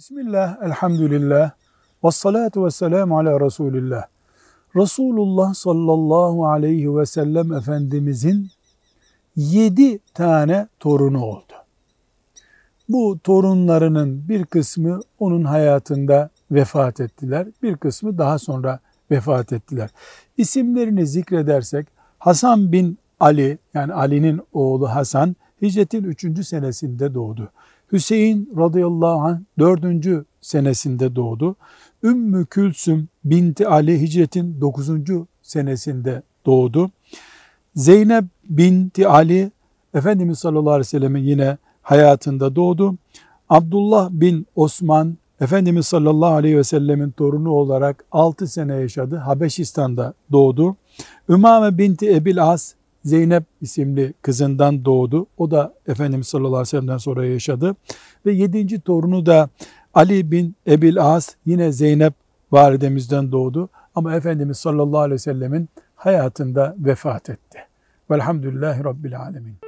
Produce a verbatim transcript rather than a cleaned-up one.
Bismillah, elhamdülillah, ve salatu ve selamu ala Resulillah. Resulullah sallallahu aleyhi ve sellem Efendimizin yedi tane torunu oldu. Bu torunlarının bir kısmı onun hayatında vefat ettiler, bir kısmı daha sonra vefat ettiler. İsimlerini zikredersek, Hasan bin Ali, yani Ali'nin oğlu Hasan, hicretin üçüncü senesinde doğdu. Hüseyin radıyallahu anh dördüncü senesinde doğdu. Ümmü Külsüm binti Ali hicretin dokuzuncu senesinde doğdu. Zeynep binti Ali Efendimiz sallallahu aleyhi ve sellem'in yine hayatında doğdu. Abdullah bin Osman Efendimiz sallallahu aleyhi ve sellemin torunu olarak altı sene yaşadı. Habeşistan'da doğdu. Ümame binti Ebil As Zeynep isimli kızından doğdu. O da Efendimiz sallallahu aleyhi ve sellem'den sonra yaşadı. Ve yedinci torunu da Ali bin Ebil As yine Zeynep validemizden doğdu. Ama Efendimiz sallallahu aleyhi ve sellemin hayatında vefat etti. Velhamdülillahi Rabbil alemin.